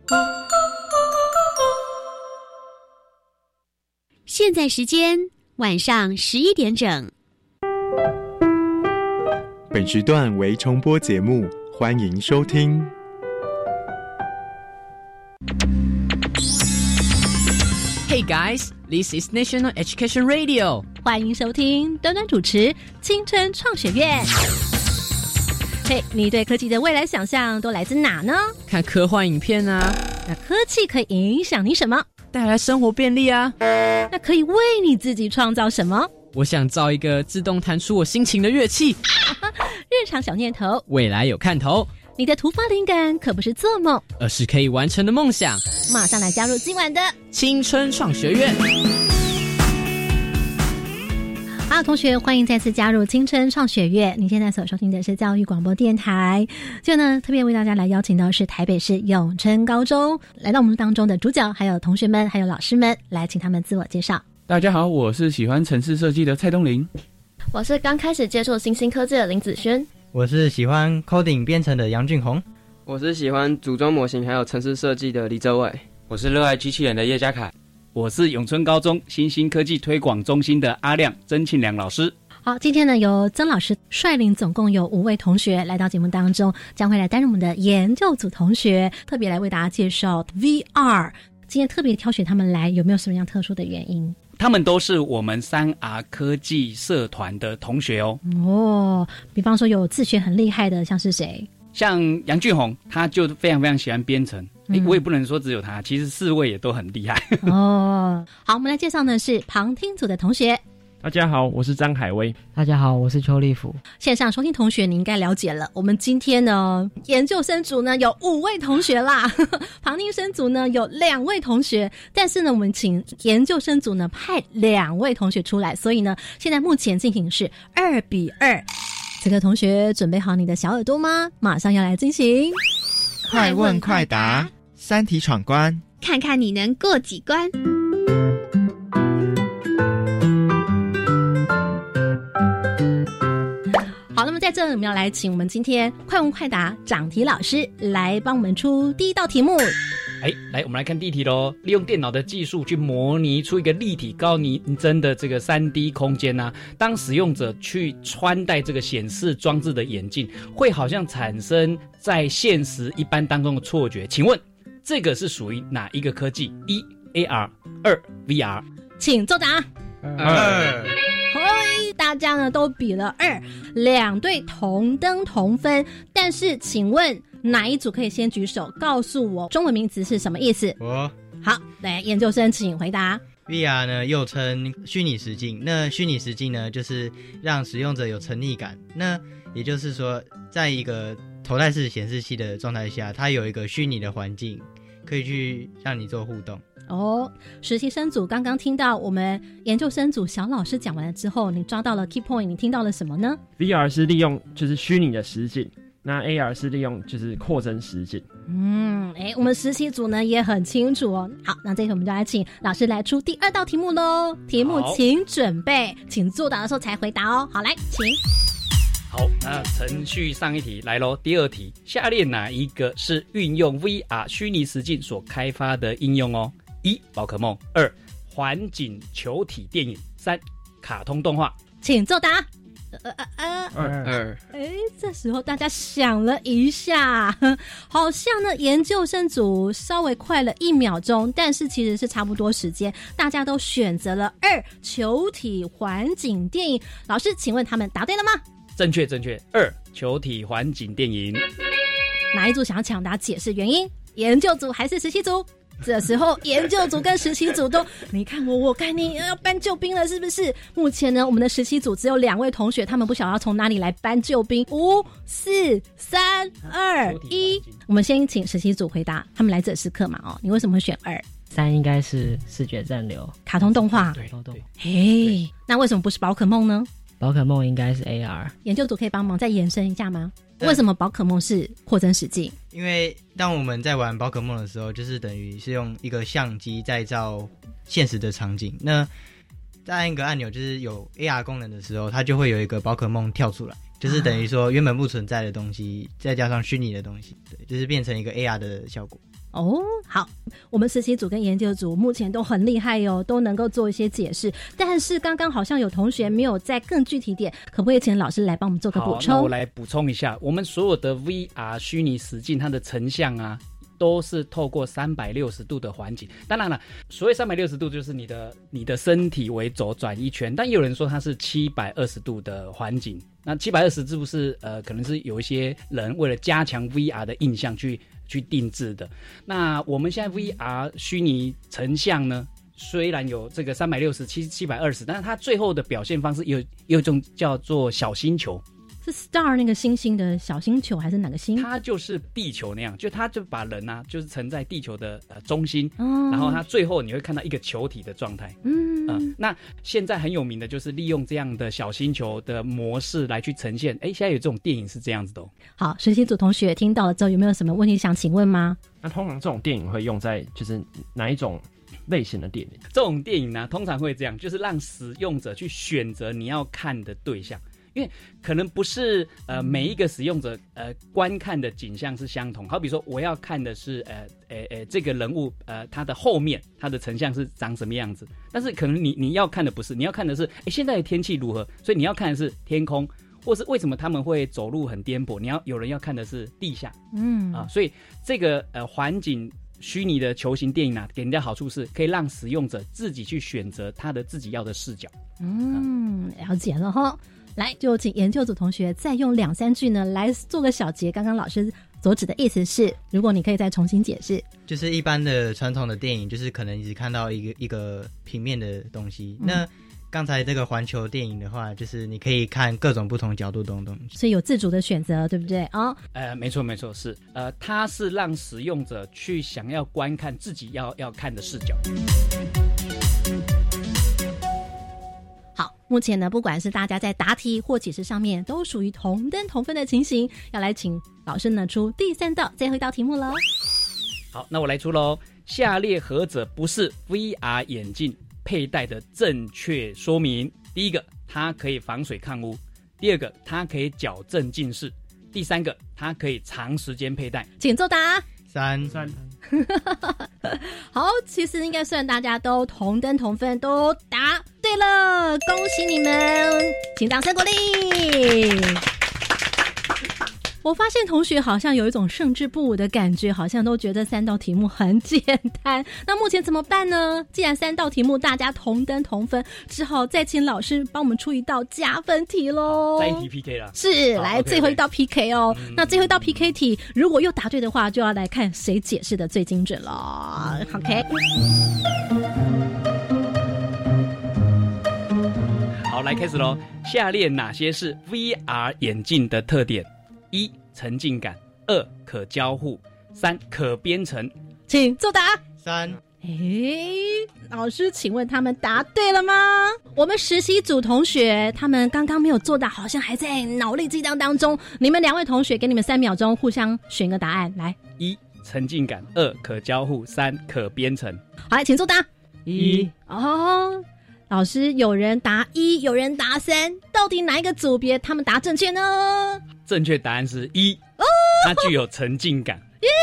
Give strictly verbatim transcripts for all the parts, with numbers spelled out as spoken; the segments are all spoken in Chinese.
现在时间晚上十一点整。 本时段为重播节目，欢迎收听。 Hey guys, this is National Education Radio. 欢迎收听端端主持青春创学院。嘿、hey, 你对科技的未来想象都来自哪呢？ 看科幻影片啊。 那科技可以影响你什么？ 带来生活便利啊。 那可以为你自己创造什么？ 我想造一个自动弹出我心情的乐器。 日常小念头， 未来有看头。 你的突发灵感可不是做梦， 而是可以完成的梦想。 马上来加入今晚的青春创学院。 好，同学，欢迎再次加入青春创学院。你现在所收听的是教育广播电台。就呢，特别为大家来邀请到是台北市永春高中，来到我们当中的主角，还有同学们，还有老师们，来请他们自我介绍。 大家好，我是喜欢程式设计的蔡东林。 我是刚开始接触新兴科技的林子轩。 我是喜欢 coding 编程的杨俊宏。 我是喜欢组装模型还有程式设计的李哲伟。 我是热爱机器人的叶家凯。我是永春高中新兴科技推广中心的阿亮曾庆良老师。 好，今天呢由曾老师率领总共有五位同学来到节目当中，将会来担任我们的研究组同学，特别来为大家介绍 V R。 今天特别挑选他们来，有没有什么样特殊的原因？ 他们都是我们三 R 科技社团的同学哦。 哦，比方说有自学很厉害的，像是谁？ 像杨俊宏，他就非常非常喜欢编程。嗯、我也不能说只有他，其实四位也都很厉害。 哦，好，我们来介绍呢是旁听组的同学。 大家好，我是张海威。 大家好，我是邱立福。 线上收听同学你应该了解了，我们今天呢研究生组呢有五位同学啦，旁听生组呢有两位同学，但是呢我们请研究生组呢派两位同学出来，所以呢现在目前进行是二比二。这个同学准备好你的小耳朵吗？马上要来进行快问快答三题闯关， 看看你能过几关。 好，那么在这里我们要来请我们今天快问快答掌题老师来帮我们出第一道题目。 哎，来，我们来看第一题咯。利用电脑的技术去模拟出一个立体高拟真的这个 三 D 空间啊，当使用者去穿戴这个显示装置的眼镜，会好像产生在现实一般当中的错觉。请问这个是属于哪一个科技？一 A R， 二 V R。 请作答。 二。 嘿，大家呢都比了二，两队同登同分，但是请问哪一组可以先举手告诉我中文名词是什么意思？ 我。 好，来，研究生请回答。 V R 呢又称虚拟实境，那虚拟实境呢就是让使用者有沉溺感，那也就是说在一个头戴式显示器的状态下，它有一个虚拟的环境可以去让你做互动。 哦，实习生组刚刚听到我们研究生组小老师讲完了之后，你抓到了 key point， 你听到了什么呢？ V R 是利用就是虚拟的实境，那 A R 是利用就是扩增实境。 嗯，哎，我们实习组呢也很清楚哦。好，那这回我们就来请老师来出第二道题目咯。题目请准备，请作答的时候才回答哦。好，来，请。 好，那程序上一题来咯。第二题，下列哪一个是运用 V R 虚拟实境所开发的应用哦？一、宝可梦；二、环景球体电影；三、卡通动画。 请作答。呃呃呃， 二二。 哎，这时候大家想了一下，好像呢研究生组稍微快了一秒钟，但是其实是差不多时间，大家都选择了二，球体环景电影。老师，请问他们答对了吗？ 正确，正确。二，球体环景电影。 哪一组想要抢答解释原因？研究组还是实习组？这时候研究组跟实习组都你看我我看你，要搬救兵了是不是？目前呢我们的实习组只有两位同学，他们不晓得要从哪里来搬救兵。五四三二一，我们先请实习组回答，他们来者是客嘛。哦，你为什么会选二？ 三应该是视觉暂留， 卡通动画。 对，对。 嘿，那为什么不是宝可梦呢？ 宝可梦应该是 A R。 研究组可以帮忙再延伸一下吗？为什么宝可梦是扩增实境？ 因为当我们在玩宝可梦的时候，就是等于是用一个相机再照现实的场景，那再按一个按钮就是有 A R 功能的时候，它就会有一个宝可梦跳出来，就就是等于说原本不存在的东西，再加上虚拟的东西，对，就是变成一个 A R 的效果。 哦，好，我们实习组跟研究组目前都很厉害哦，都能够做一些解释。但是刚刚好像有同学没有再更具体点，可不可以请老师来帮我们做个补充？ 好，那我来补充一下，我们所有的 V R 虚拟实境它的成像啊，都是透过三百六十度的环境。当然了，所谓三百六十度就是你的你的身体为轴转一圈，但也有人说它是七百二十度的环境。那七百二十是不是呃，可能是有一些人为了加强 V R 的印象去去定制的？那我们现在 V R 虚拟成像呢，虽然有这个三百六十、七七百二十，但是它最后的表现方式有有一种叫做小星球。 是 Star 那个星星的小星球还是哪个星？ 它就是地球那样，就它就把人啊，就是沉在地球的呃中心， 哦， 然后它最后你会看到一个球体的状态。 嗯、 呃，那现在很有名的就是利用这样的小星球的模式来去呈现。哎，现在有这种电影是这样子的哦。 好，实习组同学听到了之后，有没有什么问题想请问吗？ 那通常这种电影会用在就是哪一种类型的电影？ 这种电影呢，通常会这样，就是让使用者去选择你要看的对象。因为可能不是呃每一个使用者呃观看的景象是相同，好比说我要看的是呃呃呃这个人物呃他的后面他的成像是长什么样子，但是可能你你要看的不是，你要看的是哎现在的天气如何，所以你要看的是天空，或是为什么他们会走路很颠簸，你要有人要看的是地下， 嗯啊，所以这个呃环境虚拟的球形电影啊，给人家好处是可以让使用者自己去选择他的自己要的视角。 嗯，了解了哈。来，就请研究组同学再用两三句呢来做个小结。刚刚老师所指的意思是，如果你可以再重新解释， 就是一般的传统的电影，就是可能只看到一个一个平面的东西。嗯、那刚才这个环球电影的话，就是你可以看各种不同角度的东西， 所以有自主的选择，对不对啊？哦、 呃，没错没错，是呃，它是让使用者去想要观看自己要要看的视角。 好，目前呢，不管是大家在答题或解释上面，都属于同登同分的情形。要来请老师呢出第三道最后一道题目了。 好，那我来出喽。下列何者不是 V R 眼镜佩戴的正确说明？第一个，它可以防水抗污；第二个，它可以矫正近视；第三个，它可以长时间佩戴。 请作答。 三三。 好，其实应该算大家都同登同分，都答对了，恭喜你们，请掌声鼓励。我发现同学好像有一种胜之不武的感觉，好像都觉得三道题目很简单。那目前怎么办呢？既然三道题目大家同登同分，只好再请老师帮我们出一道加分题咯。 再一题 P K 啦。 是，来 okay, 最后一道 P K 哦。 嗯、 那最后一道 P K 题，如果又答对的话，就要来看谁解释的最精准了。OK。 好，来开始咯。下列哪些是 V R 眼镜的特点？一、沉浸感；二、可交互；三、可编程。 请作答。 三。 诶，老师，请问他们答对了吗？我们实习组同学他们刚刚没有作答，好像还在脑力激荡当中。你们两位同学，给你们三秒钟，互相选个答案。来， 一、沉浸感；二、可交互；三、可编程。 好，来，请作答。 一。 哦。老师，有人答一，有人答三，到底哪一个组别他们答正确呢？ 正确答案是一，哦，它具有沉浸感。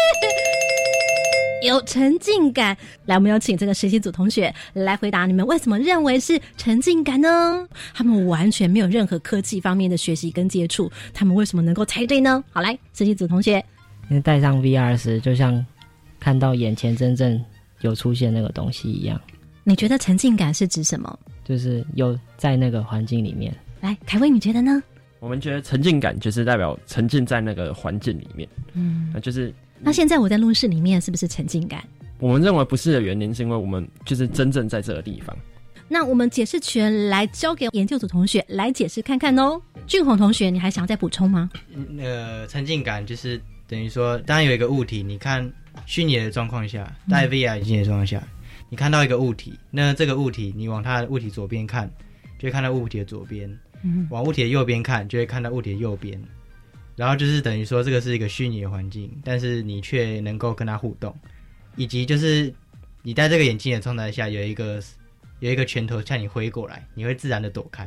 有沉浸感。来，我们有请这个实习组同学来回答，你们为什么认为是沉浸感呢？他们完全没有任何科技方面的学习跟接触，他们为什么能够猜对呢？好，来，实习组同学， 因为戴上 V R 时，就像看到眼前真正有出现那个东西一样。 你觉得沉浸感是指什么？ 就是有在那个环境里面。 来，凯威，你觉得呢？ 我们觉得沉浸感就是代表沉浸在那个环境里面。 嗯， 那就是那现在我在录室里面是不是沉浸感？ 我们认为不是的原因是因为我们就是真正在这个地方。 那我们解释权来交给研究组同学来解释看看哦。俊宏同学，你还想再补充吗？ 呃，沉浸感就是等于说，当然有一个物体，你看虚拟的状况下，戴 V R 眼镜的状况下。嗯，你看到一个物体，那这个物体你往它的物体左边看，就会看到物体的左边；嗯，往物体的右边看，就会看到物体的右边。然后就是等于说，这个是一个虚拟的环境，但是你却能够跟它互动，以及就是你戴这个眼镜的状态下，有一个有一个拳头向你挥过来，你会自然的躲开。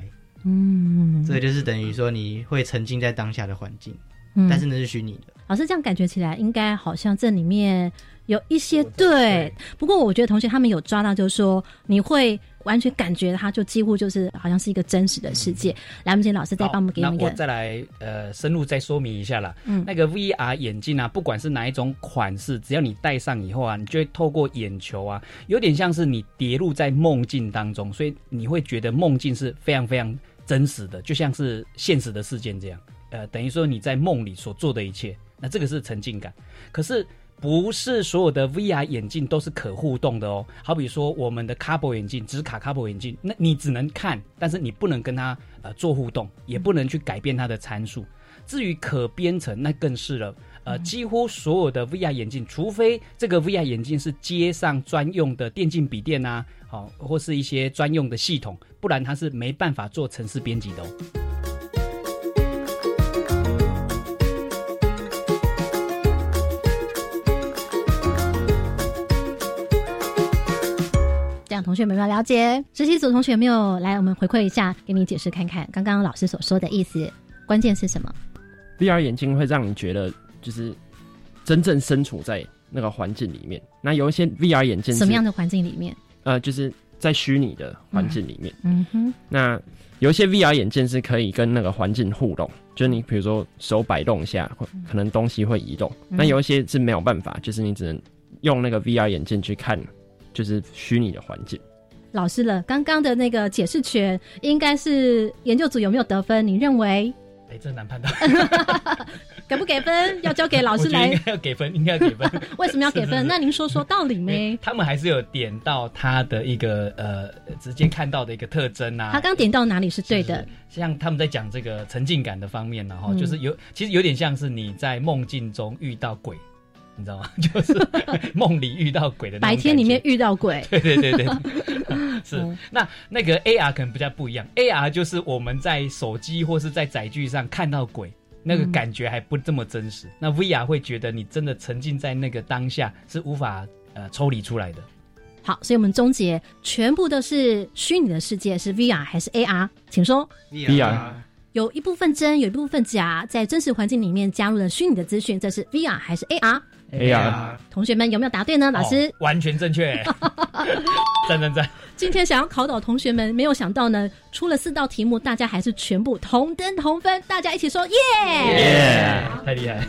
嗯， 这个就是等于说你会沉浸在当下的环境， 嗯但是那是虚拟的。 老师这样感觉起来，应该好像这里面有一些对，不过我觉得同学他们有抓到，就是说你会完全感觉它就几乎就是好像是一个真实的世界。嗯、来，我们请老师再帮我们给我们一个， 那我再来呃深入再说明一下啦。 嗯， 那个 V R 眼镜啊，不管是哪一种款式，只要你戴上以后啊，你就会透过眼球啊，有点像是你跌入在梦境当中，所以你会觉得梦境是非常非常真实的，就像是现实的事件这样。呃，等于说你在梦里所做的一切，那这个是沉浸感。可是不是所有的 V R 眼镜都是可互动的哦。好比说我们的 Carbo 眼镜，只卡 Carbo 眼镜，那你只能看，但是你不能跟它呃做互动，也不能去改变它的参数。至于可编程，那更是了。呃，几乎所有的 V R 眼镜，除非这个 V R 眼镜是接上专用的电竞笔电啊，好、哦，或是一些专用的系统，不然它是没办法做程式编辑的哦。 这样同学们有没有了解？实习组同学有没有来？我们回馈一下，给你解释看看刚刚老师所说的意思，关键是什么 ？V R 眼镜会让你觉得就是真正身处在那个环境里面。那有一些 V R 眼镜是什么样的环境里面？ 呃，就是在虚拟的环境里面。 嗯哼。 那有一些 V R 眼镜是可以跟那个环境互动，就是你比如说手摆动一下，可能东西会移动。嗯、那有一些是没有办法，就是你只能用那个 V R 眼镜去看。就是虚拟的环境。 老师了，刚刚的那个解释权应该是研究组有没有得分？你认为？ 哎、欸，这难判断。 给不给分？要交给老师来。 应该要给分，应该要给分。 为什么要给分？是是是那您说说道理没？ 他们还是有点到他的一个呃，直接看到的一个特征啊。 他刚点到哪里是对的？是是像他们在讲这个沉浸感的方面呢，哈、嗯，就是有其实有点像是你在梦境中遇到鬼。你知道吗？就是梦里遇到鬼的那种感觉， 白天里面遇到鬼。 对对对对，是。嗯、那那个 A R 可能比较不一样 ，A R 就是我们在手机或是在载具上看到鬼，那个感觉还不这么真实。嗯、那 V R 会觉得你真的沉浸在那个当下，是无法呃抽离出来的。 好，所以我们终结，全部都是虚拟的世界，是 V R 还是 A R？ 请说。 V R。 有一部分真，有一部分假，在真实环境里面加入了虚拟的资讯，这是 V R 还是 A R？A R。 同学们有没有答对呢？老师、 哦、完全正确，赞赞赞！ 今天想要考倒同学们，没有想到呢，出了四道题目，大家还是全部同登同分，大家一起说耶！ 耶！太厉害！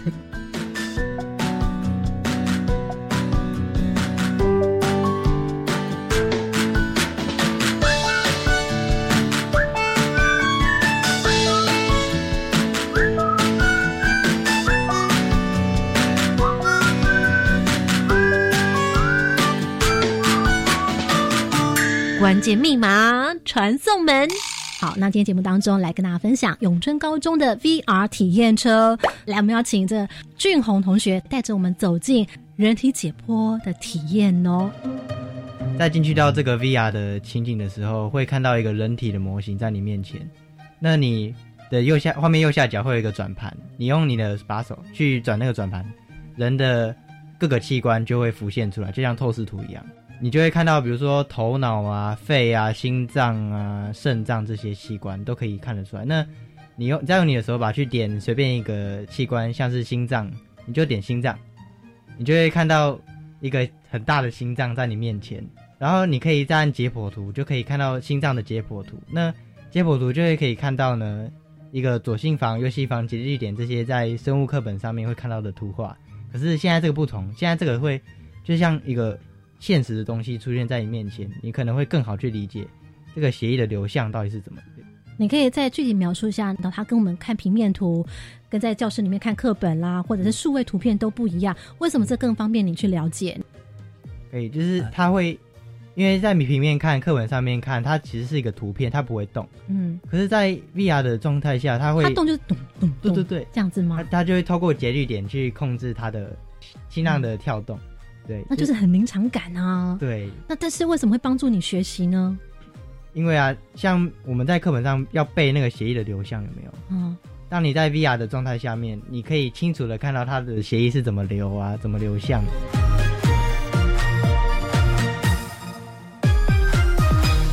关键密码传送门。 好，那今天节目当中来跟大家分享永春高中的 V R 体验车。来，我们要请这俊宏同学带着我们走进人体解剖的体验哦。 在进去到这个 V R 的情景的时候，会看到一个人体的模型在你面前。那你的右下画面右下角会有一个转盘，你用你的把手去转那个转盘，人的各个器官就会浮现出来，就像透视图一样。你就会看到比如说头脑啊、肺啊、心脏啊、肾脏这些器官都可以看得出来。那你用再用你的手把去点随便一个器官，像是心脏，你就点心脏，你就会看到一个很大的心脏在你面前。然后你可以再按解剖图，就可以看到心脏的解剖图。那解剖图就会可以看到呢一个左心房、右心房、节律点这些在生物课本上面会看到的图画。可是现在这个不同，现在这个会就像一个现实的东西出现在你面前，你可能会更好去理解这个血液的流向到底是怎么的。 你可以再具体描述一下，他跟我们看平面图跟在教室里面看课本啦或者是数位图片都不一样，为什么这更方便你去了解？ 可以，就是它会因为在平面看课本上面看它其实是一个图片，它不会动。嗯，可是在 V R 的状态下它会它动就是咚咚咚， 对对对， 这样子吗？ 它, 它就会透过节律点去控制它的心脏的跳动。嗯，对， 那就是很临场感啊。 对， 那但是为什么会帮助你学习呢？ 因为啊，像我们在课本上要背那个血液的流向，有没有？嗯，当你在 V R 的状态下面，你可以清楚的看到它的血液是怎么流啊，怎么流向。 回到新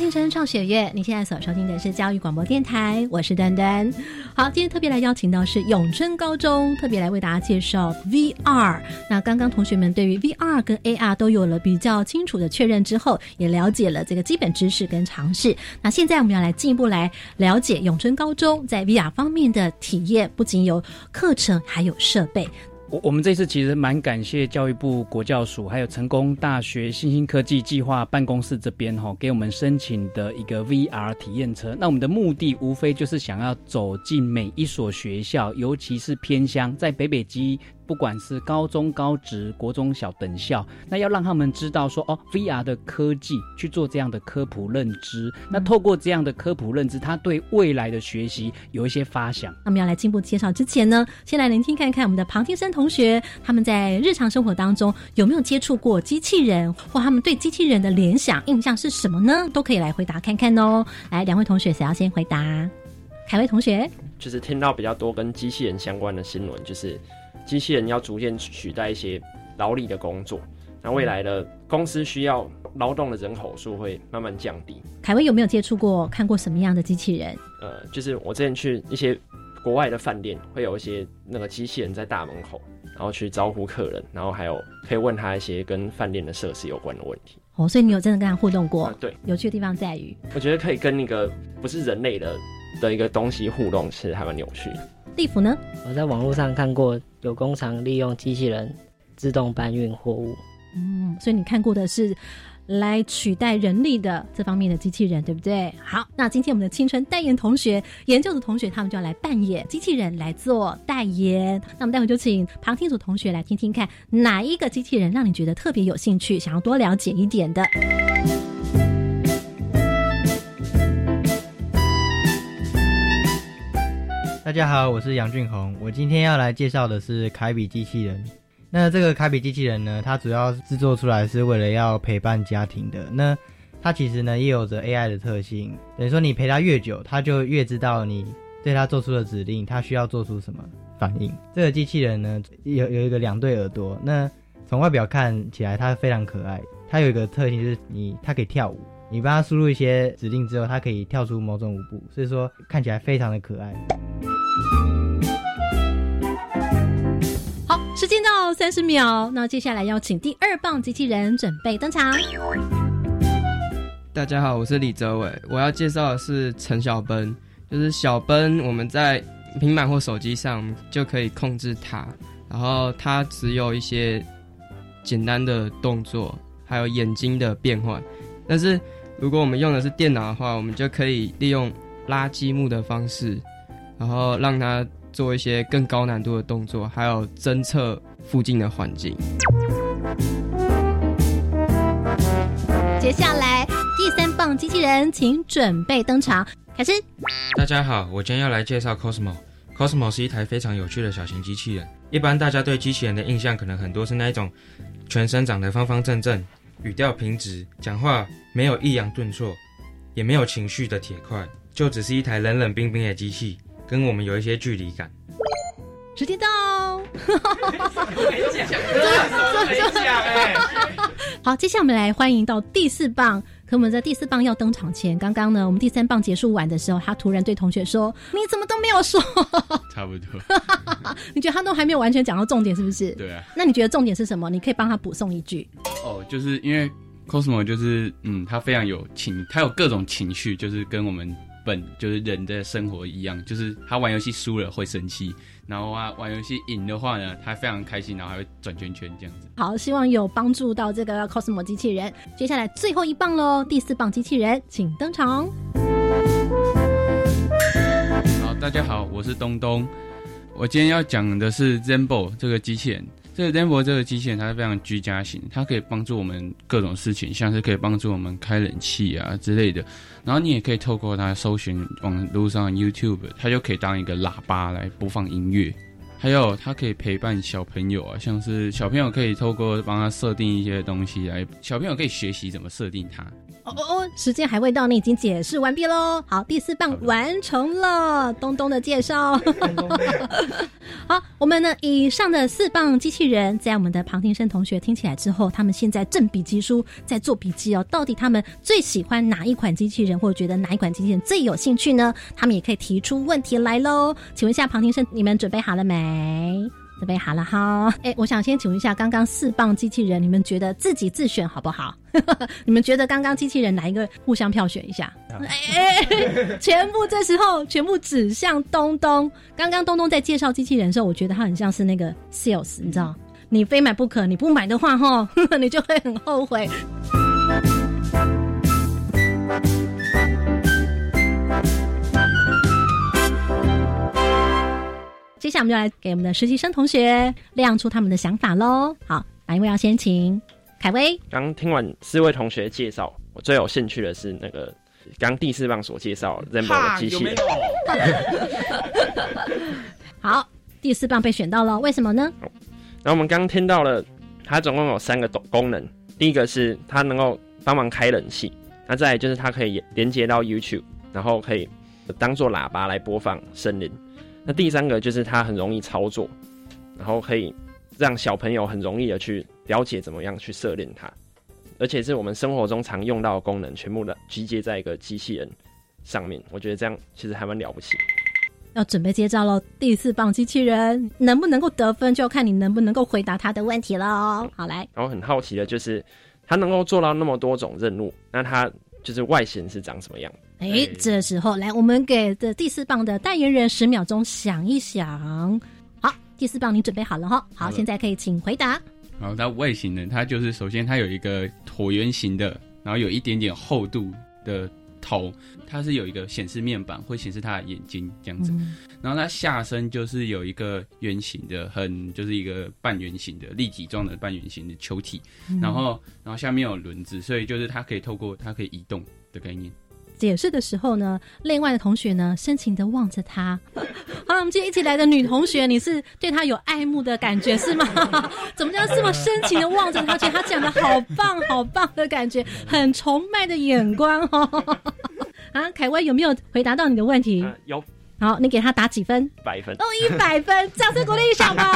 青春创学院，你现在所收听的是教育广播电台，我是端端。好，今天特别来邀请到是永春高中，特别来为大家介绍 V R。 那刚刚同学们对于 V R 跟 A R 都有了比较清楚的确认之后，也了解了这个基本知识跟常识。那现在我们要来进一步来了解永春高中在 V R 方面的体验，不仅有课程还有设备。 我我们这次其实蛮感谢教育部国教署还有成功大学新兴科技计划办公室这边齁给我们申请的一个 V R 体验车。那我们的目的无非就是想要走进每一所学校，尤其是偏乡，在北北基不管是高中高职国中小等校，那要让他们知道说哦 V R 的科技，去做这样的科普认知。那透过这样的科普认知，他对未来的学习有一些发想。 那我们要来进一步介绍之前呢，先来聆听看看我们的旁听生同学，他们在日常生活当中有没有接触过机器人，或他们对机器人的联想印象是什么呢？都可以来回答看看哦。来，两位同学谁要先回答？凯威同学。 就是听到比较多跟机器人相关的新闻，就是机器人要逐渐取代一些劳力的工作，那未来的公司需要劳动的人口数会慢慢降低。 凯威有没有接触过看过什么样的机器人？ 呃，就是我之前去一些国外的饭店，会有一些那个机器人在大门口，然后去招呼客人，然后还有可以问他一些跟饭店的设施有关的问题。 哦，所以你有真的跟他互动过？ 啊、对， 有趣的地方在于， 我觉得可以跟那个不是人类的的一个东西互动，其实还蛮有趣的。 地府呢？ 我在网络上看过有工厂利用机器人自动搬运货物。 嗯，所以你看过的是来取代人力的这方面的机器人，对不对？好，那今天我们的青春代言同学、研究组同学，他们就要来扮演机器人来做代言。那我们待会就请旁听组同学来听听看，哪一个机器人让你觉得特别有兴趣，想要多了解一点的。 大家好，我是杨俊宏，我今天要来介绍的是凯比机器人。那这个凯比机器人呢，它主要制作出来是为了要陪伴家庭的。那它其实呢也有着 A I 的特性，等于说你陪它越久，它就越知道你对它做出的指令，它需要做出什么反应。这个机器人呢有有一个两对耳朵，那从外表看起来它非常可爱。它有一个特性就是你它可以跳舞，你帮它输入一些指令之后，它可以跳出某种舞步，所以说看起来非常的可爱。 好，时间到三十秒，那接下来要请第二棒机器人准备登场。 大家好，我是李哲伟，我要介绍的是陈小奔，就是小奔，我们在平板或手机上就可以控制它，然后它只有一些简单的动作，还有眼睛的变换，但是如果我们用的是电脑的话，我们就可以利用拉积木的方式，然后让它做一些更高难度的动作，还有侦测附近的环境。 接下来第三棒机器人请准备登场，开始。 大家好，我今天要来介绍 Cosmo。 Cosmo 是一台非常有趣的小型机器人。一般大家对机器人的印象可能很多是那一种全身长得方方正正，语调平直，讲话没有抑扬顿挫，也没有情绪的铁块，就只是一台冷冷冰冰的机器，跟我们有一些距离感。 时间到。 没讲，没讲哎。 好，接下来我们来欢迎到第四棒。可我们在第四棒要登场前，刚刚呢，我们第三棒结束完的时候，他突然对同学说：“你怎么都没有说？” 差不多。 你觉得他都还没有完全讲到重点，是不是？ 对啊。 那你觉得重点是什么？你可以帮他补送一句。 哦，就是因为 Cosmo 就是嗯，他非常有情，他有各种情绪，就是跟我们本就是人的生活一样，就是他玩游戏输了会生气，然后啊玩游戏赢的话呢，他非常开心，然后还会转圈圈这样子。 好，希望有帮助到这个 Cosmo 机器人。接下来最后一棒咯，第四棒机器人请登场。 好，大家好，我是东东。我今天要讲的是 Zenbo 这个机器人。这个 Zenbo 这个机器人它是非常居家型，它可以帮助我们各种事情，像是可以帮助我们开冷气啊之类的。然后你也可以透过它搜寻网络上的 YouTube， 它就可以当一个喇叭来播放音乐。 还有它可以陪伴小朋友啊，像是小朋友可以透过帮他设定一些东西来，小朋友可以学习怎么设定它。 哦哦哦，时间还未到，你已经解释完毕喽。好，第四棒完成了，东东的介绍。好，我们呢以上的四棒机器人，在我们的庞庭生同学听起来之后，他们现在正笔记书在做笔记哦。到底他们最喜欢哪一款机器人，或者觉得哪一款机器人最有兴趣呢？他们也可以提出问题来喽。请问一下庞庭生，你们准备好了没？准备好了哈。哎，我想先请问一下，刚刚四棒机器人，你们觉得自己自选好不好？你们觉得刚刚机器人哪一个互相票选一下？哎，全部这时候全部指向东东。刚刚东东在介绍机器人的时候，我觉得他很像是那个 sales， 你知道，你非买不可，你不买的话哈，你就会很后悔。接下来我们就来给我们的实习生同学亮出他们的想法咯。好，哪一位要先请？凯威。 刚听完四位同学介绍，我最有兴趣的是那个刚第四棒所介绍的 Rainbow 的机器人。 好，第四棒被选到了，为什么呢？ 然后我们刚听到了，它总共有三个功能。第一个是它能够帮忙开冷气，那再来就是它可以连接到 YouTube， 然后可以当做喇叭来播放声音。那第三个就是它很容易操作，然后可以让小朋友很容易的去了解怎么样去设定它，而且是我们生活中常用到的功能，全部的集结在一个机器人上面。我觉得这样其实还蛮了不起。 要准备接招咯，第四棒机器人能不能够得分，就要看你能不能够回答他的问题咯。好，来。 然后很好奇的就是，它能够做到那么多种任务，那它就是外形是长什么样？ 哎，这时候来，我们给的第四棒的代言人十秒钟想一想。好，第四棒你准备好了哈？好，现在可以请回答。 然后它外形呢，它就是首先它有一个椭圆形的，然后有一点点厚度的头，它是有一个显示面板，会显示它的眼睛这样子。嗯、然后它下身就是有一个圆形的，很就是一个半圆形的立体状的半圆形的球体，嗯、然后然后下面有轮子，所以就是它可以透过它可以移动的概念。 解释的时候呢，另外的同学呢深情的望着他。好，我们今天一起来的女同学，你是对他有爱慕的感觉是吗？怎么叫这么深情的望着他，觉得他讲的好棒好棒的感觉，很崇拜的眼光哦。啊，凯威有没有回答到你的问题？ 呃、有。 好，你给他打几分？ 一百分。 哦，一百分，掌声鼓励小宝。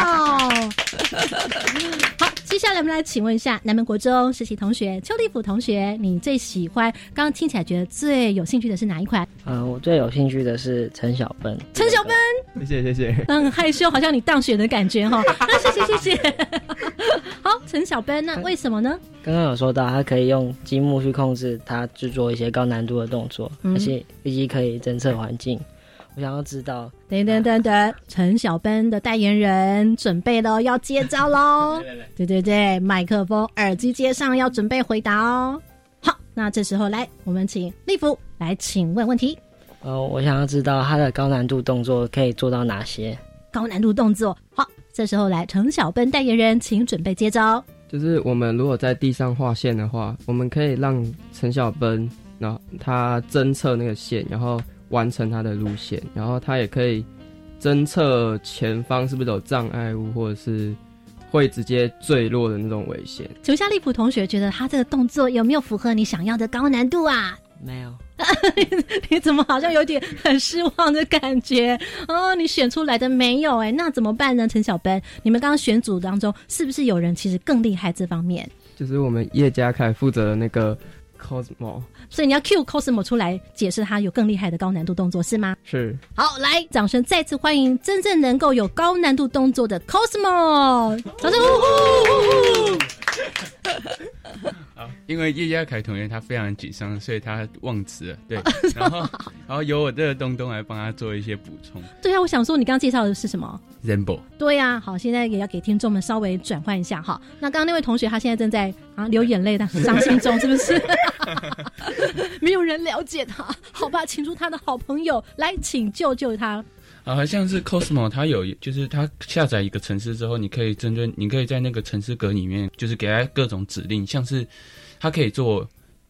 好，接下来我们来请问一下南门国中实习同学邱立甫同学，你最喜欢刚刚听起来觉得最有兴趣的是哪一款？ 呃，我最有兴趣的是陈小奔。 陈小奔， 谢谢谢谢。 嗯，很害羞，好像你当选的感觉哈。啊，谢谢谢谢。好，陈小奔，那为什么呢？ 刚刚有说到，它可以用积木去控制它制作一些高难度的动作，嗯、而且以及可以侦测环境。我想要知道， 等等等等，陈小奔的代言人准备了，要接招喽！对对对，麦克风、耳机接上，要准备回答哦。好，那这时候来，我们请立甫来，请问问题。 呃，我想要知道它的高难度动作可以做到哪些？ 高难度动作，好，这时候来，陈小奔代言人，请准备接招。 就是我们如果在地上画线的话，我们可以让陈小奔，然后他侦测那个线，然后完成它的路线，然后它也可以侦测前方是不是有障碍物，或者是会直接坠落的那种危险。 请问下立甫同学，觉得他这个动作有没有符合你想要的高难度啊？ 没有。 你怎么好像有点很失望的感觉哦？你选出来的没有哎、欸，那怎么办呢？陈小奔，你们刚刚选组当中是不是有人其实更厉害这方面？ 就是我们叶家凯负责的那个Cosmo， 所以你要 cue Cosmo 出来解释他有更厉害的高难度动作是吗？ 是。 好，来，掌声再次欢迎真正能够有高难度动作的 Cosmo， 掌声！呼呼呼好，因为叶家凯同学他非常紧张，所以他忘词了。对，然后然后由我这个东东来帮他做一些补充。 对啊，我想说你刚刚介绍的是什么 ？Rainbow。 对啊，好，现在也要给听众们稍微转换一下哈。那刚刚那位同学他现在正在啊流眼泪的伤心中，是不是？没有人了解他，好吧，请出他的好朋友来，请救救他。 啊，好像是 Cosmo， 它有，就是它下载一个程式之后，你可以针对，你可以在那个程式格里面，就是给它各种指令，像是它可以做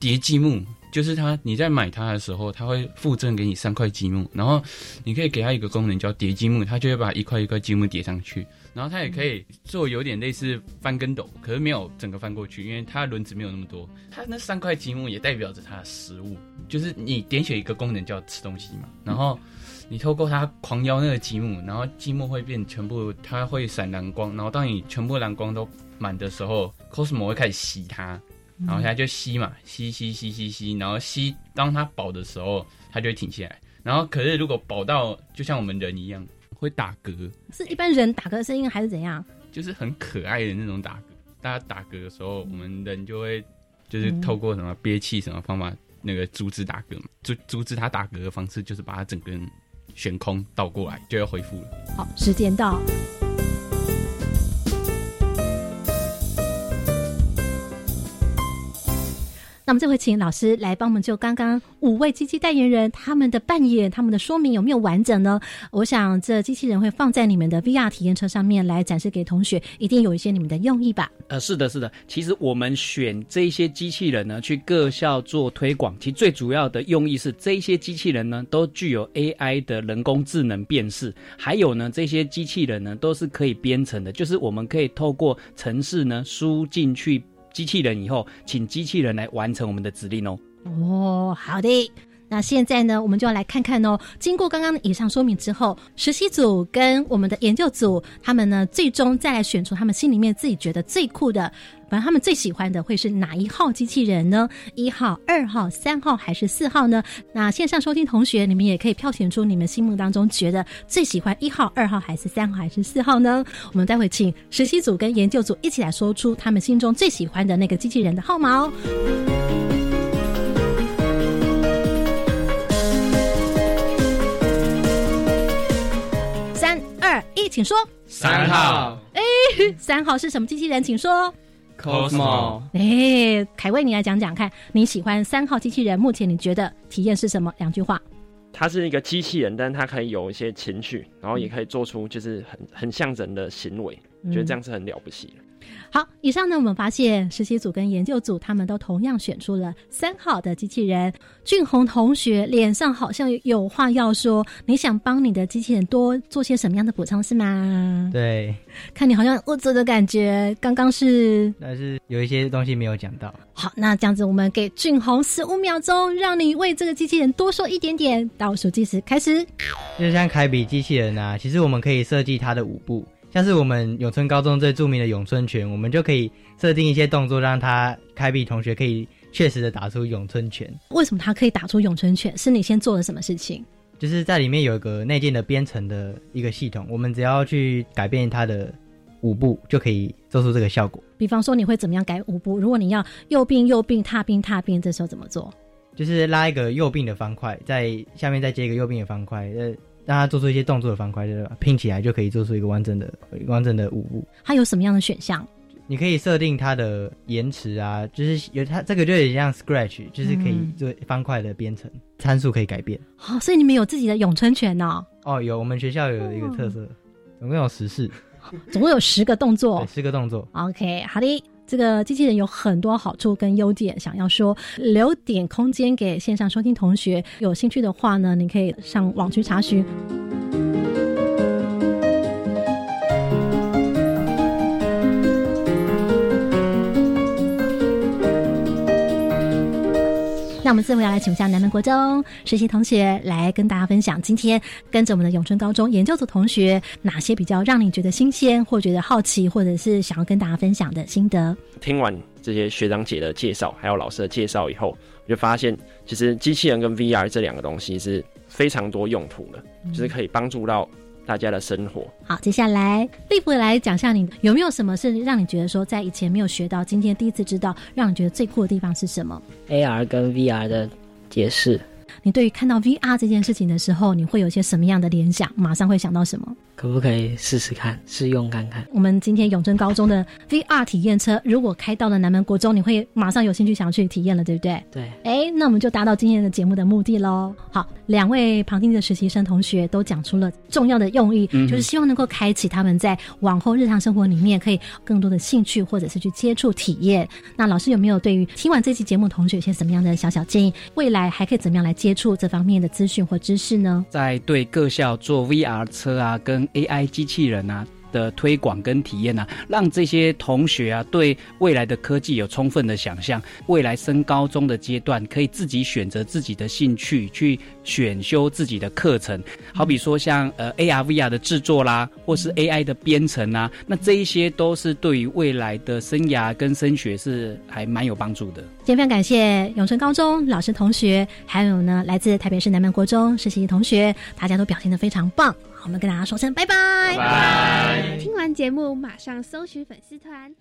叠积木，就是它你在买它的时候，它会附赠给你三块积木，然后你可以给它一个功能叫叠积木，它就会把一块一块积木叠上去。然后它也可以做有点类似翻跟斗，可是没有整个翻过去，因为它的轮子没有那么多。它那三块积木也代表着它的食物，就是你点选一个功能叫吃东西嘛，然后你透过它狂摇那个积木，然后积木会变全部，它会闪蓝光，然后当你全部蓝光都满的时候 ，Cosmo 会开始吸它，然后它就吸嘛，吸吸吸吸吸，然后吸，当它饱的时候，它就会停下来。然后可是如果饱到就像我们人一样。会打嗝， 是一般人打嗝的声音还是怎样？ 就是很可爱的那种打嗝。大家打嗝的时候，我们人就会就是透过什么憋气什么方法，那个阻止打嗝嘛。阻阻止他打嗝的方式就是把它整个人悬空倒过来，就要恢复了。 好，时间到。那么这回请老师来帮我们就刚刚五位机器代言人他们的扮演他们的说明有没有完整呢？我想这机器人会放在你们的 V R 体验车上面来展示给同学，一定有一些你们的用意吧？ 呃，是的，是的。其实我们选这一些机器人呢，去各校做推广，其实最主要的用意是这一些机器人呢都具有 A I 的人工智能辨识，还有呢这些机器人呢都是可以编程的，就是我们可以透过程式呢输进去机器人以后，请机器人来完成我们的指令哦。 哦，好的。那现在呢，我们就要来看看哦。经过刚刚以上说明之后，实习组跟我们的研究组，他们呢最终再来选出他们心里面自己觉得最酷的，反正他们最喜欢的会是哪一号机器人呢？一号、二号、三号还是四号呢？那线上收听同学，你们也可以票选出你们心目当中觉得最喜欢一号、二号还是三号还是四号呢？我们待会请实习组跟研究组一起来说出他们心中最喜欢的那个机器人的号码哦。三二一，请说。 三号。 哎，三号是什么机器人？请说。 Cosmo。 哎，凯威，你来讲讲看，你喜欢三号机器人，目前你觉得体验是什么？两句话。 它是一个机器人，但它可以有一些情绪，然后也可以做出就是很很像人的行为， 嗯、 觉得这样是很了不起的。 好，以上呢，我们发现实习组跟研究组他们都同样选出了三号的机器人。俊宏同学脸上好像有话要说，你想帮你的机器人多做些什么样的补充是吗？ 对， 看你好像握着的感觉，刚刚是但是有一些东西没有讲到。 好，那这样子我们给俊宏十五秒钟，让你为这个机器人多说一点点。倒数计时开始。 就像凯比机器人啊，其实我们可以设计它的舞步。像是我们永春高中最著名的咏春拳，我们就可以设定一些动作，让他凯比同学可以确实的打出咏春拳。 为什么他可以打出咏春拳？是你先做了什么事情？ 就是在里面有一个内建的编程的一个系统，我们只要去改变它的舞步，就可以做出这个效果。 比方说，你会怎么样改舞步？如果你要右并右并踏并踏并，这时候怎么做？ 就是拉一个右并的方块，在下面再接一个右并的方块，呃。让它做出一些动作的方块，就是拼起来就可以做出一个完整的、完整的舞步。 它有什么样的选项？ 你可以设定它的延迟啊，就是有它这个就有点像 Scratch， 就是可以做方块的编程，参数可以改变。 哦，所以你们有自己的咏春拳哦？ 哦，有，我们学校有一个特色，哦、总共有十式， 总共有十个动作， 十个动作。 OK， 好的。这个机器人有很多好处跟优点，想要说留点空间给线上收听同学，有兴趣的话呢，你可以上网去查询。那我们这回要来请教南门国中实习同学来跟大家分享，今天跟着我们的永春高中研究组同学哪些比较让你觉得新鲜或觉得好奇，或者是想要跟大家分享的心得。 听完这些学长姐的介绍还有老师的介绍以后，我就发现其实机器人跟 V R 这两个东西是非常多用途的，嗯、就是可以帮助到大家的生活。 好，接下来立甫来讲下，你有没有什么是让你觉得说在以前没有学到，今天第一次知道，让你觉得最酷的地方是什么？ A R 跟 V R 的解释。 你对于看到 V R 这件事情的时候，你会有一些什么样的联想？马上会想到什么？ 可不可以试试看，试用看看？ 我们今天永贞高中的 V R 体验车，如果开到了南门国中，你会马上有兴趣想要去体验了，对不对？ 对。 哎，那我们就达到今天的节目的目的咯。好，两位旁听的实习生同学都讲出了重要的用意，嗯、就是希望能够开启他们在往后日常生活里面可以更多的兴趣，或者是去接触体验。那老师有没有对于听完这期节目同学有些什么样的小小建议？未来还可以怎么样来接触这方面的资讯或知识呢？ 在对各校做 V R 车啊，跟 A I 机器人啊的推广跟体验啊，让这些同学啊对未来的科技有充分的想象，未来升高中的阶段可以自己选择自己的兴趣，去选修自己的课程，好比说像呃 A R V R 的制作啦，或是 A I 的编程啊，那这一些都是对于未来的生涯跟升学是还蛮有帮助的。 今天非常感谢永贞高中老师同学，还有呢来自台北市南门国中实习同学，大家都表现得非常棒。我们跟大家说声拜拜， 拜拜。听完节目马上搜寻粉丝团